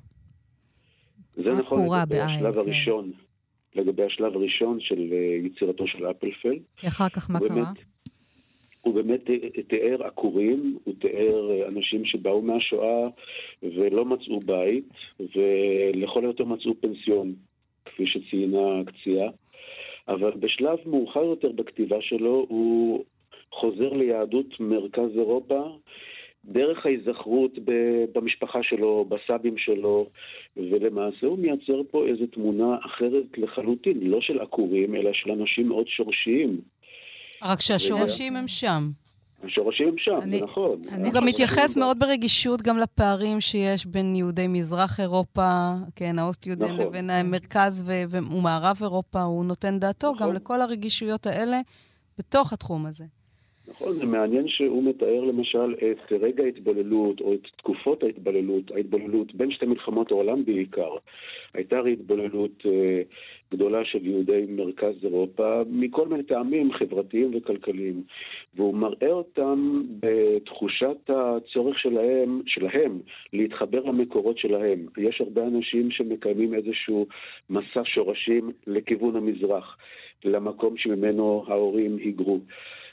זה נכון לגבי השלב כן. הראשון, לגבי השלב הראשון של יצירתו של אפלפלד. אחר כך מה הוא קרה? באמת, הוא באמת תיאר עקורים, הוא תיאר אנשים שבאו מהשואה ולא מצאו בית, ולכל היותר מצאו פנסיון, כפי שציינה הקציעה. אבל בשלב מאוחר יותר בכתיבה שלו, הוא... חוזר ליהדות מרכז אירופה, דרך ההיזכרות במשפחה שלו, בסבים שלו, ולמעשה הוא מייצר פה איזו תמונה אחרת לחלוטין, לא של עקורים, אלא של אנשים מאוד שורשיים. רק שהשורשים הם שם. השורשים הם שם, זה נכון. הוא גם מתייחס מאוד ברגישות גם לפערים שיש בין יהודי מזרח אירופה, כן, האוסט-יהודים, לבין המרכז ומערב אירופה, הוא נותן דעתו גם לכל הרגישויות האלה בתוך התחום הזה. נכון, זה מעניין שהוא מתאר למשל את רגע ההתבוללות או את תקופות ההתבוללות, ההתבוללות בין שתי מלחמות העולם בעיקר. הייתה הרי התבוללות אה, גדולה של יהודי מרכז אירופה מכל מיני טעמים חברתיים וכלכליים, והוא מראה אותם בתחושת הצורך שלהם, שלהם להתחבר למקורות שלהם. יש הרבה אנשים שמקיימים איזשהו מסע שורשים לכיוון המזרח, למקום שממנו ההורים היגרו.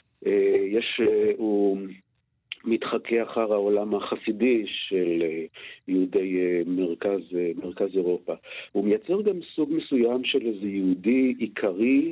יש, הוא מתחכה אחר העולם החסידי של יהודי מרכז, מרכז אירופה. הוא מייצר גם סוג מסוים של איזה יהודי עיקרי,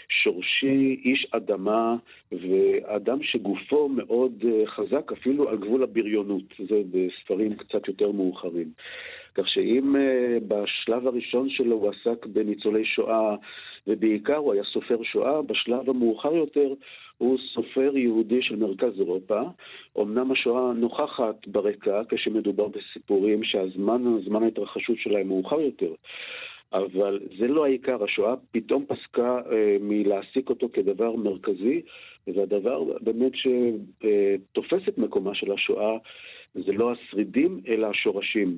שורשי, איש אדמה, ואדם שגופו מאוד חזק, אפילו על גבול הבריונות. זה בספרים קצת יותר מאוחרים. כך שאם בשלב הראשון שלו הוא עסק בניצולי שואה, ובעיקר הוא היה סופר שואה, בשלב המאוחר יותר הוא סופר יהודי של מרכז אירופה. אמנם השואה נוכחת ברקע כשמדובר בסיפורים שהזמן, הזמן ההתרחשות שלהם מאוחר יותר, אבל זה לא העיקר. השואה פתאום פסקה אה, מלהעסיק אותו כדבר מרכזי, והדבר באמת שתופס את מקומה של השואה זה לא השרידים אלא השורשים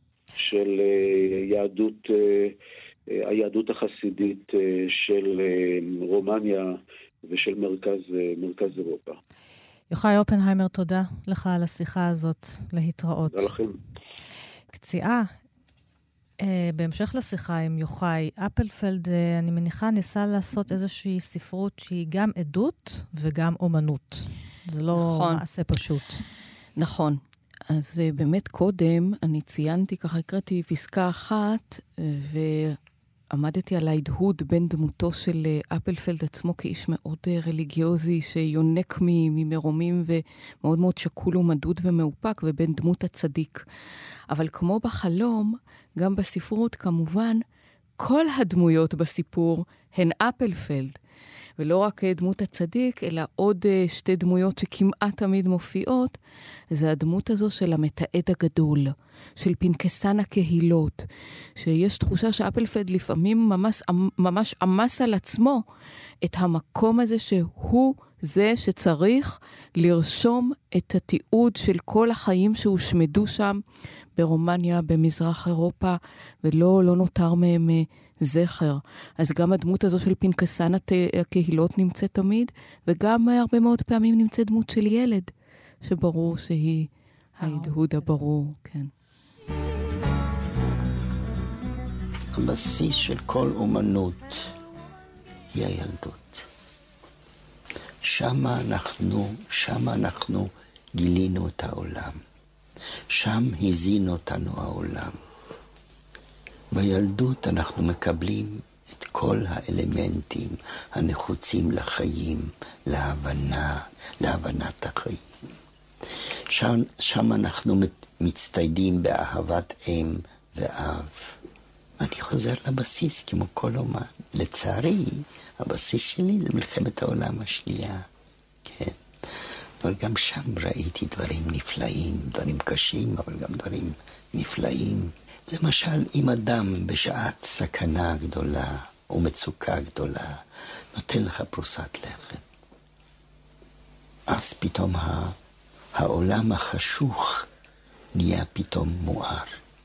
של אה, יהדות, אה, היהדות החסידית אה, של אה, רומניה ושל מרכז, מרכז אירופה. יוחאי אופנהיימר, תודה לך על השיחה הזאת, להתראות. תודה לכם. קציעה, בהמשך לשיחה עם יוחאי, אפלפלד, אני מניחה, ניסה לעשות איזושהי ספרות שהיא גם עדות וגם אומנות. זה לא נכון. מעשה פשוט. נכון. אז באמת קודם אני ציינתי, ככה הקראתי פסקה אחת, ועמדתי על ההדהוד בין דמותו של אפלפלד עצמו כאיש מאוד רליגיוזי, שיונק ממרומים ומאוד מאוד שקול ומדוד ומאופק, ובין דמות הצדיק. אבל כמו בחלום, גם בספרות כמובן, כל הדמויות בסיפור הן אפלפלד. ולא רק דמות הצדיק, אלא עוד שתי דמויות שכמעט תמיד מופיעות, זה הדמות הזו של המתעד הגדול, של פנקסן הקהילות, שיש תחושה שאפלפלד לפעמים ממש, ממש עמס על עצמו את המקום הזה שהוא זה שצריך לרשום את התיעוד של כל החיים שהושמדו שם ברומניה, במזרח אירופה, ולא לא נותר מהם זכר. אז גם הדמות הזו של פנקסן הקהילות נמצאת תמיד, וגם הרבה מאוד פעמים נמצאת דמות של ילד, שברור שהיא ההדהוד הברור, כן. הבסיס של כל אומנות היא הילדות. שמה אנחנו, שמה אנחנו גילינו את העולם. שם הזין אותנו העולם. בילדות אנחנו מקבלים את כל האלמנטים הנחוצים לחיים, להבנה, להבנת החיים. שם, שם אנחנו מצטיידים באהבת אם ואב. אני חוזר לבסיס כמו כל אומן. לצערי, הבסיס שלי זה מלחמת העולם השנייה. כן. אבל גם שם ראיתי דברים נפלאים, דברים קשים, אבל גם דברים נפלאים. למשל, אם אדם בשעת סכנה גדולה או מצוקה גדולה נותן לך פרוסת לחם, אז פתאום העולם החשוך נהיה פתאום מואר.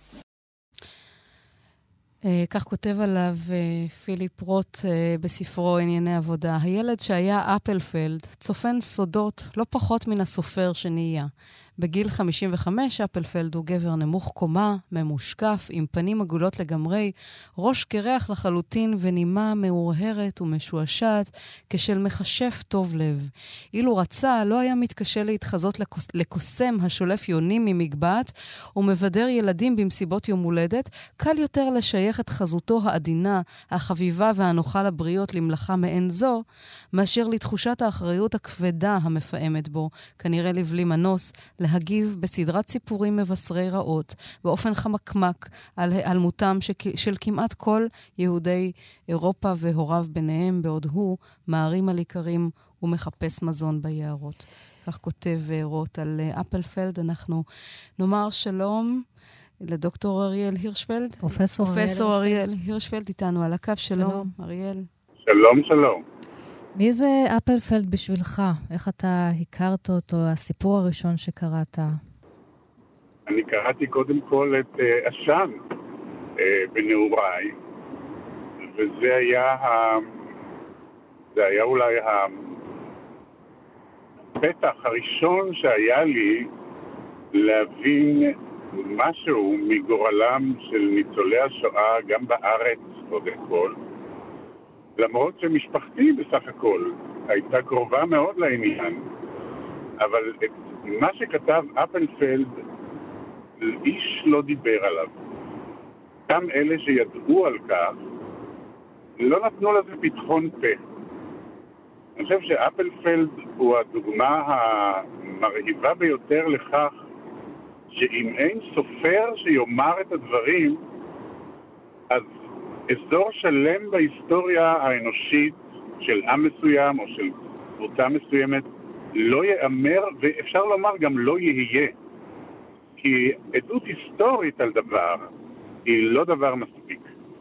כך כותב עליו פיליפ רוט בספרו ענייני עבודה. הילד שהיה אפלפלד צופן סודות לא פחות מן הסופר שנהיה. בגיל חמישים וחמש אפלפלד הוא גבר נמוך קומה, ממושקף, עם פנים עגולות לגמרי, ראש קרח לחלוטין ונימה מאורהרת ומשועשעת כשל מחשף טוב לב. אילו רצה, לא היה מתקשה להתחזות לקוס, לקוסם השולף יונים ממגבעת ומבדר ילדים במסיבות יום הולדת, קל יותר לשייך את חזותו העדינה, החביבה והנוחה לבריות למלאכה מעין זו, מאשר לתחושת האחריות הכבדה המפעמת בו, כנראה לבלי מנוס, להגיב בסדרת סיפורים מבשרי רעות, באופן חמקמק על העלמותם של כמעט כל יהודי אירופה והוריו ביניהם, בעוד הוא מערים על עיקרים ומחפש מזון ביערות. כך כותב רוט על אפלפלד. אנחנו נאמר שלום לדוקטור אריאל הירשפלד. פרופסור, פרופסור אריאל הירשפלד איתנו על הקו. שלום, שלום. אריאל. שלום, שלום. מי זה אפלפלד בשבילך? איך אתה הכרת אותו, הסיפור הראשון שקראת? אני קראתי קודם כל את uh, אשן uh, בנעוריי, וזה היה, ה... זה היה אולי הפתח הראשון שהיה לי להבין משהו מגורלם של ניצולי השואה, גם בארץ קודם כל. למרות שמשפחתי בסך הכל הייתה קרובה מאוד לעניין, אבל את מה שכתב אפלפלד איש לא דיבר עליו. גם אלה שידעו על כך לא נתנו לזה פתחון פה. אני חושב שאפלפלד הוא הדוגמה המרהיבה ביותר לכך שאם אין סופר שיאמר את הדברים, אז אזור שלם בהיסטוריה האנושית של עם מסוים או של קבוצה מסוימת לא יאמר, ואפשר לומר גם לא יהיה. כי עדות היסטורית על דבר היא לא דבר מספיק.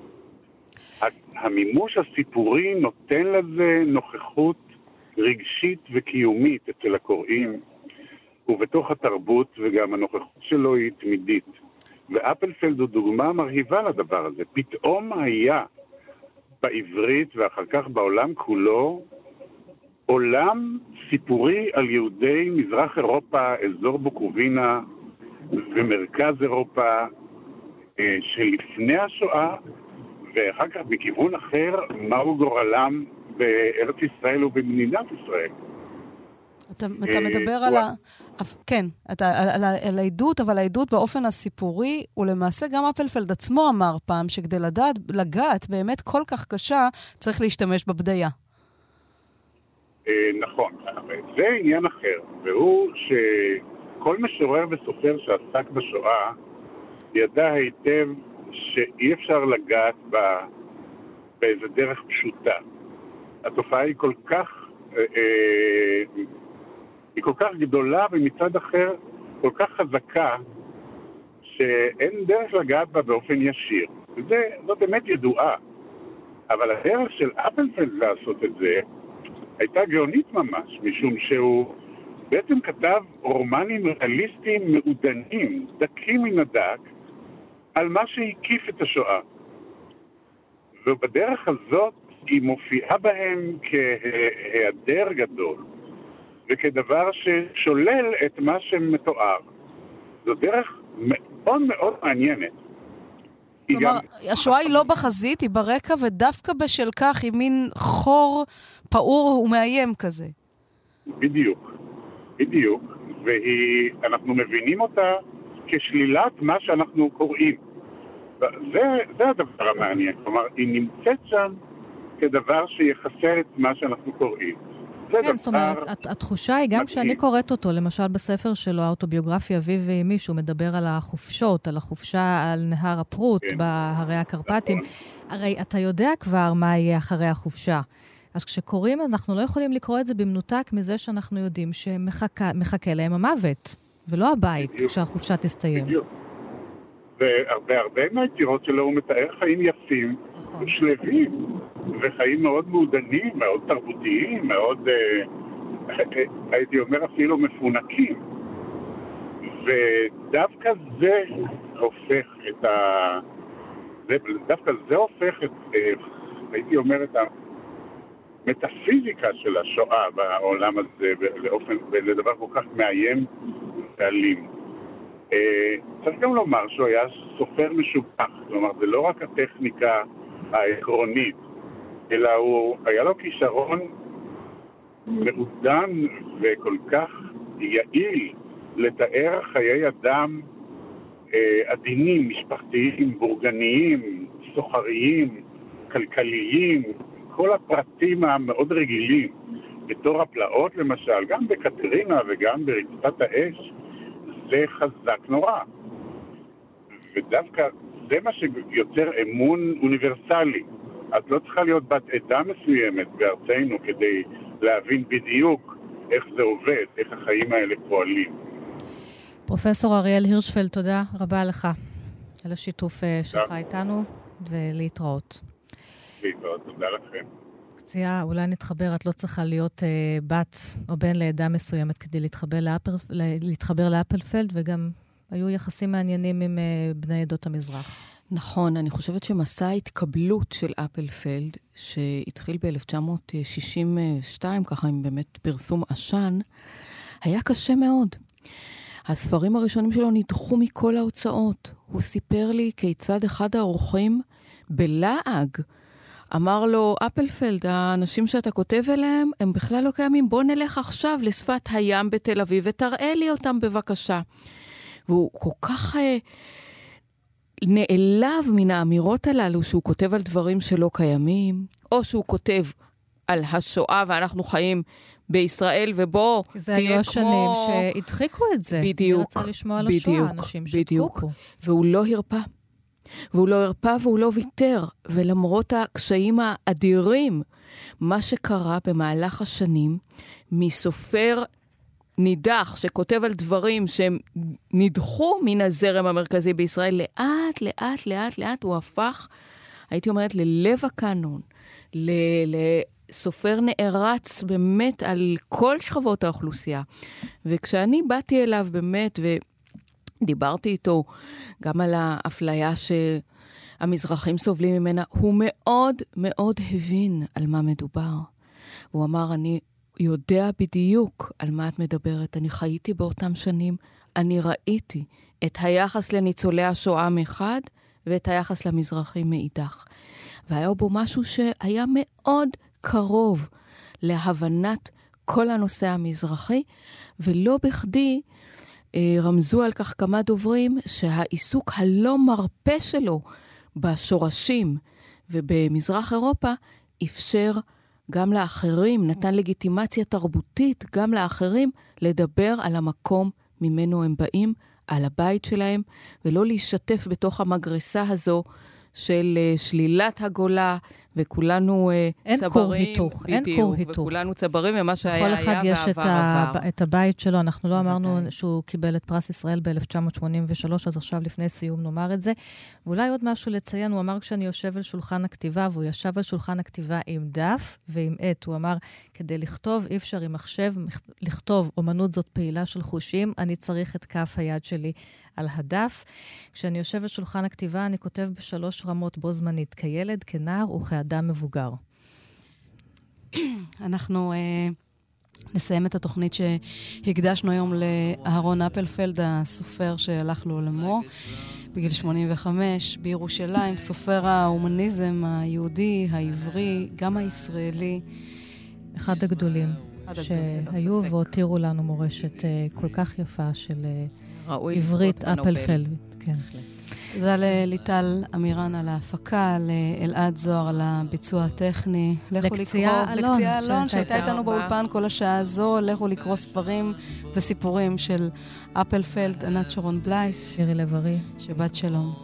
המימוש הסיפורי נותן לזה נוכחות רגשית וקיומית אצל הקוראים, ובתוך התרבות, וגם הנוכחות שלו היא תמידית. ואפלפלד הוא דוגמה מרהיבה לדבר הזה. פתאום היה בעברית ואחר כך בעולם כולו עולם סיפורי על יהודי מזרח אירופה, אזור בוקובינה ומרכז אירופה, שלפני השואה, ואחר כך בכיוון אחר, מהו גורלם בארץ ישראל ובמדינת ישראל. אתה, אתה מדבר על ה... כן, אתה, על, על העדות, אבל העדות באופן הסיפורי, ולמעשה גם אפלפלד עצמו אמר פעם, שכדי לדעת, לגעת באמת כל כך קשה, צריך להשתמש בבדיה. נכון, זה עניין אחר, והוא שכל משורר וסופר שעסק בשואה, ידע היטב שאי אפשר לגעת בה באיזה דרך פשוטה. התופעה היא כל כך... היא כל כך גדולה, ומצד אחר כל כך חזקה, שאין דרך לגעת בה באופן ישיר. וזה, זאת באמת ידועה. אבל הדרך של אפלפלד לעשות את זה, הייתה גאונית ממש, משום שהוא בעצם כתב רומנים ריאליסטיים מעודנים, דקים מן הדק, על מה שהקיף את השואה. ובדרך הזאת היא מופיעה בהם כהיעדר גדול, וכדבר ששולל את מה שמתואר. זו דרך מאוד מאוד מעניינת. כלומר, גם... השואה היא לא בחזית, היא ברקע, ודווקא בשל כך היא מין חור פעור ומאיים כזה. בדיוק, בדיוק. ואנחנו מבינים אותה כשלילת מה שאנחנו קוראים. זה, זה הדבר המעניין. כלומר, היא נמצאת שם כדבר שיחסר את מה שאנחנו קוראים. כן, זאת אומרת, התחושה היא, גם כשאני קוראת אותו, למשל בספר שלו, האוטוביוגרפיה אביב ואמי, שהוא מדבר על החופשות, על החופשה על נהר הפרוט, בהרי הקרפטים, הרי אתה יודע כבר מה יהיה אחרי החופשה. אז כשקוראים, אנחנו לא יכולים לקרוא את זה במנותק מזה שאנחנו יודעים שמחכה להם המוות, ולא הבית, כשהחופשה תסתיים. בדיוק. והרבה הרבה מהיצירות שלו הוא מתאר חיים יפים, שלווים, וחיים מאוד מעודנים, מאוד תרבותיים, מאוד, הייתי אומר אפילו מפונקים. ודווקא זה הופך את ה... דווקא זה הופך את, הייתי אומר, את המטאפיזיקה של השואה בעולם הזה, באופן, לדבר כל כך מאיים ואלים. צריך גם לומר שהוא היה סופר משובח, כלומר זה לא רק הטכניקה העקרונית, אלא הוא היה לו כישרון מעודן וכל כך יעיל לתאר חיי אדם עדינים, משפחתיים, בורגניים, סוחריים, כלכליים, כל הפרטים המאוד רגילים, בתור הפלאות למשל, גם בקטרינה וגם ברצפת האש, זה חזק נורא. ודווקא זה מה שיוצר אמון אוניברסלי. את לא צריכה להיות בת עדה מסוימת בארצנו כדי להבין בדיוק איך זה עובד, איך החיים האלה פועלים. פרופסור אריאל הירשפלד, תודה רבה לך על השיתוף שלך איתנו, ולהתראות. להתראות, תודה לכם. קציעה, אולי נתחבר, את לא צריכה להיות אה, בת או בן לעדה מסוימת כדי להתחבר, לאפל, להתחבר לאפלפלד, וגם היו יחסים מעניינים עם אה, בני עדות המזרח. נכון, אני חושבת שמסע ההתקבלות של אפלפלד, שהתחיל ב-אלף תשע מאות שישים ושתיים, ככה עם באמת פרסום עשן, היה קשה מאוד. הספרים הראשונים שלו נדחו מכל ההוצאות. הוא סיפר לי כיצד אחד האורחים בלעג אמר לו, אפלפלד, האנשים שאתה כותב אליהם, הם בכלל לא קיימים. בוא נלך עכשיו לשפת הים בתל אביב ותראה לי אותם בבקשה. והוא כל כך אה, נעלב מן האמירות הללו שהוא כותב על דברים שלא קיימים, או שהוא כותב על השואה ואנחנו חיים בישראל, ובוא תהיה כמו... זה היו השנים שהדחיקו את זה. בדיוק. אני רצה לשמוע על השואה, אנשים שתקו פה. והוא לא הרפא. והוא לא הרפא והוא לא ויתר, ולמרות הקשיים האדירים, מה שקרה במהלך השנים, מסופר נידח שכותב על דברים שהם נדחו מן הזרם המרכזי בישראל, לאט, לאט, לאט, לאט הוא הפך, הייתי אומרת, ללב הקאנון, לסופר נערץ באמת על כל שכבות האוכלוסייה. וכשאני באתי אליו באמת ו... דיברתי איתו גם על האפליה שהמזרחים סובלים ממנה. הוא מאוד מאוד הבין על מה מדובר. הוא אמר, אני יודע בדיוק על מה את מדברת. אני חייתי באותם שנים. אני ראיתי את היחס לניצולי השואה מחד ואת היחס למזרחים מאידך. והיה בו משהו שהיה מאוד קרוב להבנת כל הנושא המזרחי, ולא בכדי אה, רמזו על כך כמה דוברים שהעיסוק הלא מרפא שלו בשורשים ובמזרח אירופה אפשר גם לאחרים, נתן לגיטימציה תרבותית גם לאחרים לדבר על המקום ממנו הם באים, על הבית שלהם, ולא להישתף בתוך המגרסה הזו של שלילת הגולה, וכולנו אין צברים. קור היתוך, אין קור היתוך. וכולנו צברים, ומה שהיה היה כל אחד יש את, ה... את הבית שלו. אנחנו לא אמרנו שהוא קיבל את פרס ישראל ב-אלף תשע מאות שמונים ושלוש, אז עכשיו לפני סיום נאמר את זה. ואולי עוד משהו לציין, הוא אמר כשאני יושב על שולחן הכתיבה, והוא ישב על שולחן הכתיבה עם דף ועם עת. הוא אמר, כדי לכתוב, אי אפשר עם מחשב, לכתוב אומנות זאת פעילה של חושים, אני צריך את כף היד שלי על הדף. כשאני יושבת שולחן הכתיבה, אני כותב בשלוש רמות בו זמנית, כילד, כנער וכאדם מבוגר. אנחנו uh, נסיים את התוכנית שהקדשנו היום לאהרון אפלפלד, הסופר שהלך לעולמו בגיל שמונים וחמש, בירושלים, סופר ההומניזם היהודי, העברי, גם הישראלי. אחד הגדולים שהיו והותירו לנו מורשת uh, כל כך יפה של... Uh, עברית אפלפלד, כן. תודה לליטל אמירן על ההפקה, לאלעד זוהר על הביצוע הטכני. לקצייה אלון. לקצייה אלון, שהייתה איתנו באולפן כל השעה הזו. לכו לקרוא ספרים וסיפורים של אפלפלד, ענת שרון בלייס. שירי לב-ארי. שבת שלום.